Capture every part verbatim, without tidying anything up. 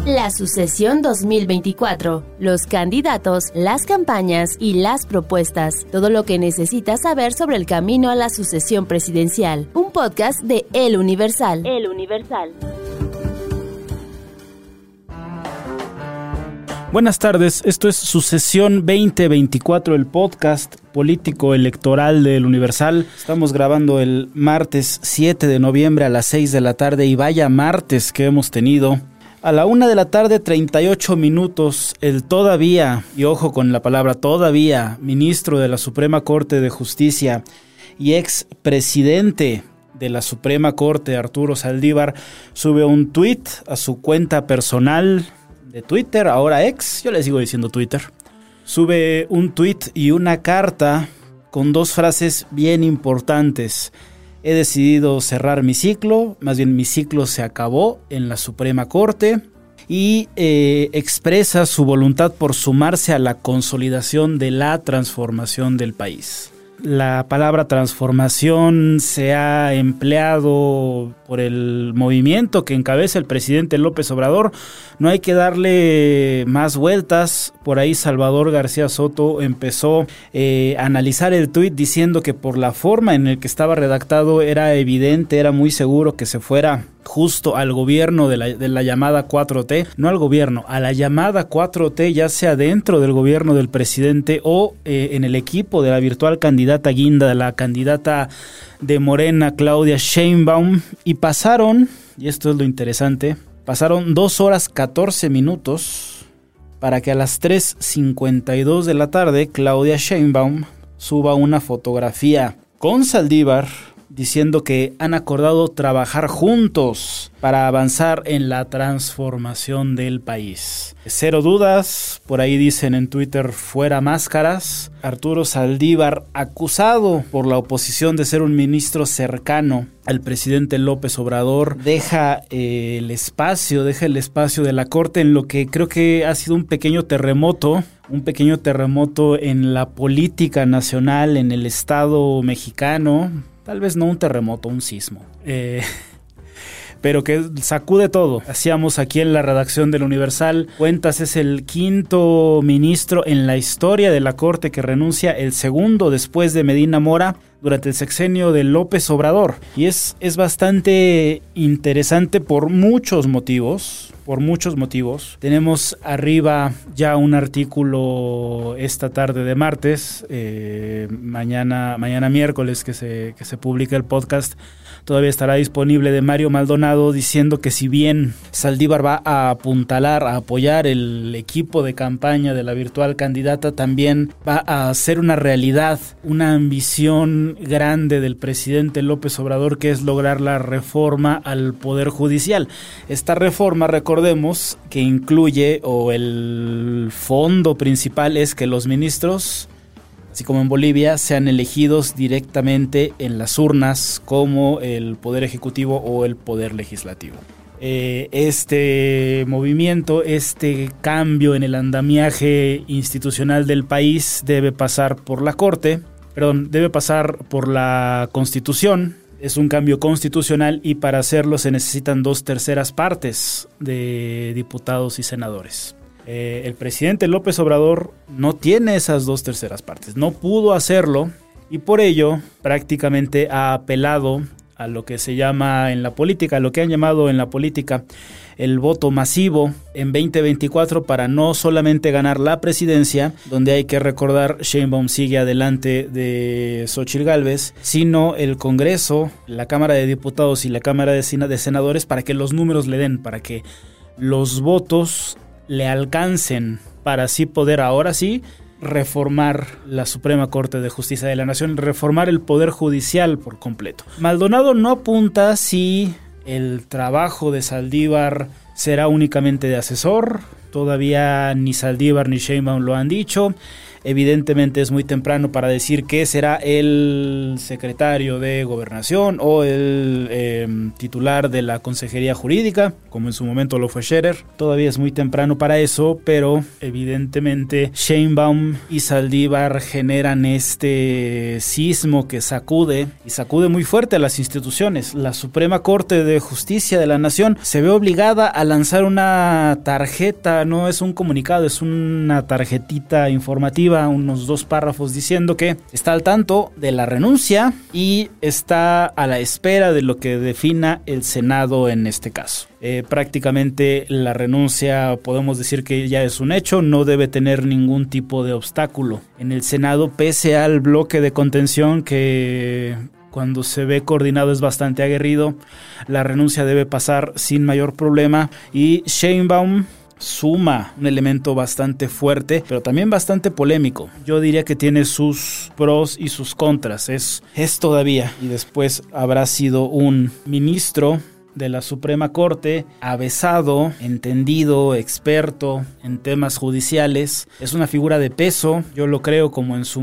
La sucesión dos mil veinticuatro, los candidatos, las campañas y las propuestas. Todo lo que necesitas saber sobre el camino a la sucesión presidencial. Un podcast de El Universal. El Universal. Buenas tardes, esto es Sucesión veinte veinticuatro, el podcast político electoral del Universal. Estamos grabando el martes siete de noviembre a las seis de la tarde y vaya martes que hemos tenido. A la una de la tarde, treinta y ocho minutos, el todavía, y ojo con la palabra todavía, ministro de la Suprema Corte de Justicia y ex presidente de la Suprema Corte, Arturo Saldívar, sube un tuit a su cuenta personal de Twitter, ahora ex, yo le sigo diciendo Twitter. Sube un tuit y una carta con dos frases bien importantes. He decidido cerrar mi ciclo, más bien mi ciclo se acabó en la Suprema Corte y eh, expresa su voluntad por sumarse a la consolidación de la transformación del país. La palabra transformación se ha empleado por el movimiento que encabeza el presidente López Obrador. No hay que darle más vueltas. Por ahí Salvador García Soto empezó eh, a analizar el tuit diciendo que por la forma en la que estaba redactado era evidente, era muy seguro que se fuera justo al gobierno de la, de la llamada cuatro T, no al gobierno, a la llamada cuatro T, ya sea dentro del gobierno del presidente o eh, en el equipo de la virtual candidata guinda, de la candidata de Morena, Claudia Sheinbaum, y pasaron, y esto es lo interesante, pasaron dos horas catorce minutos para que a las tres cincuenta y dos de la tarde Claudia Sheinbaum suba una fotografía con Saldívar diciendo que han acordado trabajar juntos para avanzar en la transformación del país. Cero dudas, por ahí dicen en Twitter, fuera máscaras. Arturo Saldívar, acusado por la oposición de ser un ministro cercano al presidente López Obrador, deja eh, el espacio, deja el espacio de la Corte en lo que creo que ha sido un pequeño terremoto, un pequeño terremoto en la política nacional, en el Estado mexicano. Tal vez no un terremoto, un sismo, eh, pero que sacude todo. Hacíamos aquí en la redacción del Universal cuentas, es el quinto ministro en la historia de la Corte que renuncia, el segundo después de Medina Mora durante el sexenio de López Obrador. Y es, es bastante interesante por muchos motivos. Por muchos motivos. Tenemos arriba ya un artículo esta tarde de martes, eh, mañana, mañana miércoles que se, que se publica el podcast, todavía estará disponible, de Mario Maldonado, diciendo que si bien Saldívar va a apuntalar, a apoyar el equipo de campaña de la virtual candidata, también va a hacer una realidad, una ambición grande del presidente López Obrador, que es lograr la reforma al Poder Judicial. Esta reforma, recordemos, que incluye, o el fondo principal es que los ministros, así como en Bolivia, sean elegidos directamente en las urnas como el Poder Ejecutivo o el Poder Legislativo. Eh, este movimiento, este cambio en el andamiaje institucional del país debe pasar por la Corte, perdón, debe pasar por la Constitución. Es un cambio constitucional y para hacerlo se necesitan dos terceras partes de diputados y senadores. Eh, el presidente López Obrador no tiene esas dos terceras partes, no pudo hacerlo y por ello prácticamente ha apelado a lo que se llama en la política, lo que han llamado en la política el voto masivo en veinte veinticuatro para no solamente ganar la presidencia, donde hay que recordar Sheinbaum sigue adelante de Xóchitl Gálvez, sino el Congreso, la Cámara de Diputados y la Cámara de Senadores, para que los números le den, para que los votos le alcancen para así poder ahora sí reformar la Suprema Corte de Justicia de la Nación, reformar el Poder Judicial por completo. Maldonado no apunta si el trabajo de Saldívar será únicamente de asesor, todavía ni Saldívar ni Sheinbaum lo han dicho. Evidentemente es muy temprano para decir qué será el secretario de Gobernación o el eh, titular de la Consejería Jurídica, como en su momento lo fue Scherer. Todavía es muy temprano para eso, pero evidentemente Sheinbaum y Saldívar generan este sismo que sacude y sacude muy fuerte a las instituciones. La Suprema Corte de Justicia de la Nación se ve obligada a lanzar una tarjeta, no es un comunicado, es una tarjetita informativa, unos dos párrafos diciendo que está al tanto de la renuncia y está a la espera de lo que defina el Senado en este caso. Eh, prácticamente la renuncia podemos decir que ya es un hecho, no debe tener ningún tipo de obstáculo en el Senado, pese al bloque de contención que cuando se ve coordinado es bastante aguerrido. La renuncia debe pasar sin mayor problema y Sheinbaum suma un elemento bastante fuerte, pero también bastante polémico. Yo diría que tiene sus pros y sus contras. Es, es todavía, y después habrá sido un ministro de la Suprema Corte, avesado, entendido, experto en temas judiciales. Es una figura de peso, yo lo creo, como en su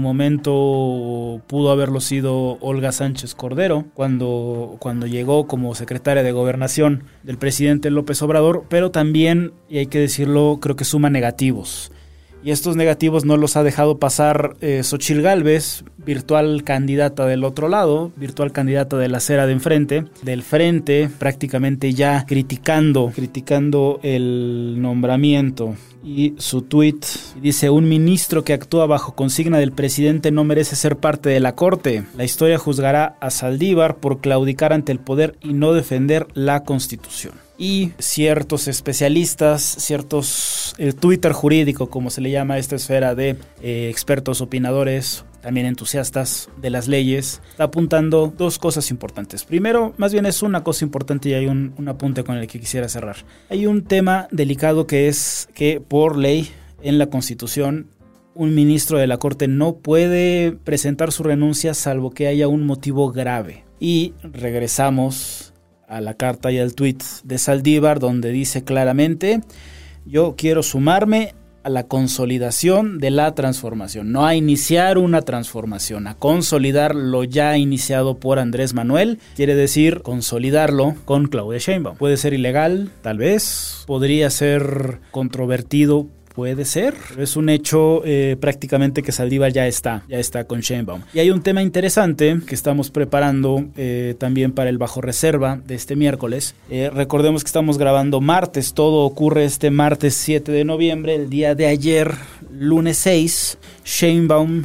momento pudo haberlo sido Olga Sánchez Cordero cuando, cuando llegó como secretaria de Gobernación del presidente López Obrador, pero también, y hay que decirlo, creo que suma negativos. Y estos negativos no los ha dejado pasar eh, Xóchitl Gálvez, virtual candidata del otro lado, virtual candidata de la acera de enfrente, del frente, prácticamente ya criticando, criticando el nombramiento. Y su tuit dice: un ministro que actúa bajo consigna del presidente no merece ser parte de la corte. La historia juzgará a Saldívar por claudicar ante el poder y no defender la Constitución. Y ciertos especialistas, ciertos eh, Twitter jurídico, como se le llama a esta esfera de eh, expertos opinadores, también entusiastas de las leyes, está apuntando dos cosas importantes. Primero, más bien es una cosa importante y hay un, un apunte con el que quisiera cerrar. Hay un tema delicado que es que por ley en la Constitución un ministro de la Corte no puede presentar su renuncia salvo que haya un motivo grave. Y regresamos a la carta y al tuit de Saldívar, donde dice claramente: yo quiero sumarme a la consolidación de la transformación, no a iniciar una transformación, a consolidar lo ya iniciado por Andrés Manuel, quiere decir consolidarlo con Claudia Sheinbaum. Puede ser ilegal, tal vez, podría ser controvertido, puede ser, es un hecho eh, prácticamente que Saldívar ya está, ya está con Sheinbaum. Y hay un tema interesante que estamos preparando eh, también para el Bajo Reserva de este miércoles. Eh, recordemos que estamos grabando martes, todo ocurre este martes siete de noviembre, el día de ayer, lunes seis, Sheinbaum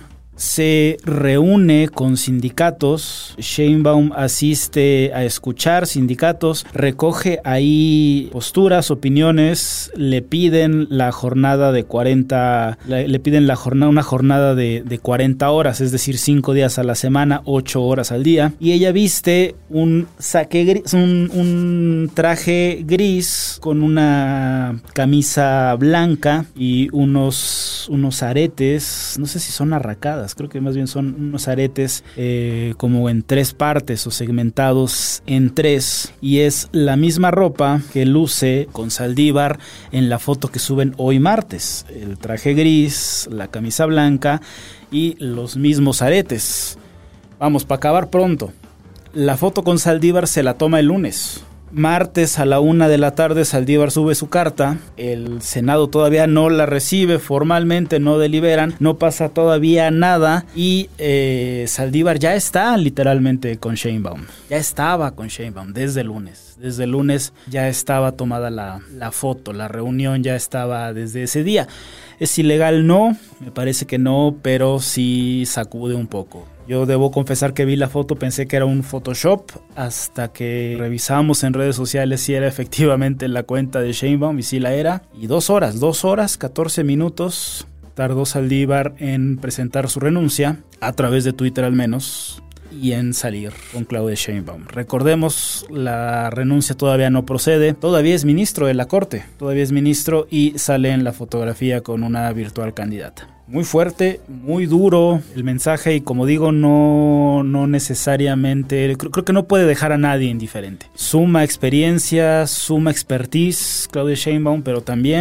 se reúne con sindicatos, Sheinbaum asiste a escuchar sindicatos, recoge ahí posturas, opiniones, le piden la jornada de cuarenta, le piden la jornada, una jornada de, de cuarenta horas, es decir, cinco días a la semana, ocho horas al día, y ella viste un saque gris, un, un traje gris con una camisa blanca y unos, unos aretes, no sé si son arracadas, creo que más bien son unos aretes eh, como en tres partes o segmentados en tres, y es la misma ropa que luce con Saldívar en la foto que suben hoy martes, el traje gris, la camisa blanca y los mismos aretes. Vamos, para acabar pronto, la foto con Saldívar se la toma el lunes. Martes a la una de la tarde Saldívar sube su carta, el Senado todavía no la recibe formalmente, no deliberan, no pasa todavía nada y eh, Saldívar ya está literalmente con Sheinbaum, ya estaba con Sheinbaum desde el lunes, desde el lunes ya estaba tomada la, la foto, la reunión ya estaba desde ese día. ¿Es ilegal? No, me parece que no, pero sí sacude un poco. Yo debo confesar que vi la foto, pensé que era un Photoshop, hasta que revisamos en redes sociales si era efectivamente la cuenta de Sheinbaum, y sí la era. Y dos horas, dos horas, catorce minutos tardó Saldívar en presentar su renuncia, a través de Twitter al menos, y en salir con Claudia Sheinbaum. Recordemos, la renuncia todavía no procede, todavía es ministro de la Corte, todavía es ministro y sale en la fotografía con una virtual candidata. Muy fuerte, muy duro el mensaje y como digo, no, no necesariamente, creo, creo que no puede dejar a nadie indiferente. Suma experiencia, suma expertise Claudia Sheinbaum, pero también,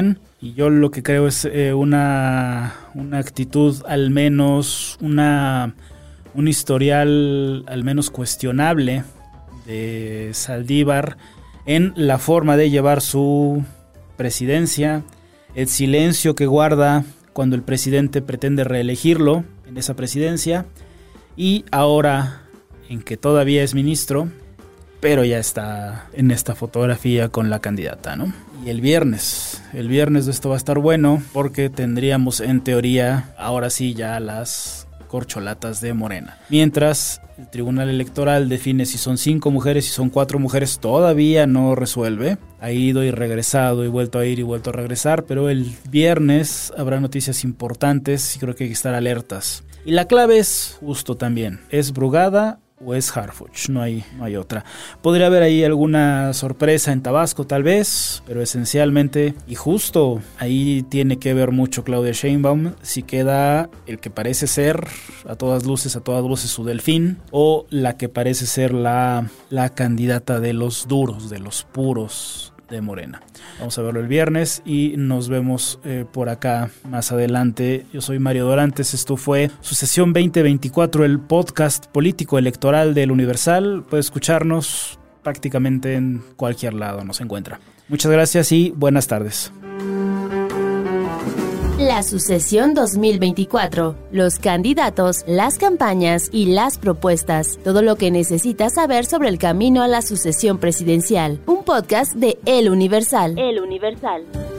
Y yo lo que creo es eh, una, una actitud, al menos una, un historial al menos cuestionable de Saldívar en la forma de llevar su presidencia, el silencio que guarda cuando el presidente pretende reelegirlo en esa presidencia, y ahora en que todavía es ministro, pero ya está en esta fotografía con la candidata, ¿no? Y el viernes, el viernes esto va a estar bueno porque tendríamos en teoría ahora sí ya las corcholatas de Morena. Mientras el Tribunal Electoral define si son cinco mujeres, si son cuatro mujeres, todavía no resuelve. Ha ido y regresado y vuelto a ir y vuelto a regresar, pero el viernes habrá noticias importantes y creo que hay que estar alertas. Y la clave es justo también, ¿es Brugada o es Harfuch? No hay, no hay otra. Podría haber ahí alguna sorpresa en Tabasco tal vez, pero esencialmente y justo ahí tiene que ver mucho Claudia Sheinbaum si queda el que parece ser a todas luces, a todas luces su delfín, o la que parece ser la, la candidata de los duros, de los puros de Morena. Vamos a verlo el viernes y nos vemos eh, por acá más adelante. Yo soy Mario Dorantes, esto fue Sucesión veinte veinticuatro, el podcast político electoral del Universal. Puede escucharnos prácticamente en cualquier lado, nos encuentra. Muchas gracias y buenas tardes. La Sucesión dos mil veinticuatro, los candidatos, las campañas y las propuestas, todo lo que necesitas saber sobre el camino a la sucesión presidencial, un podcast de El Universal. El Universal.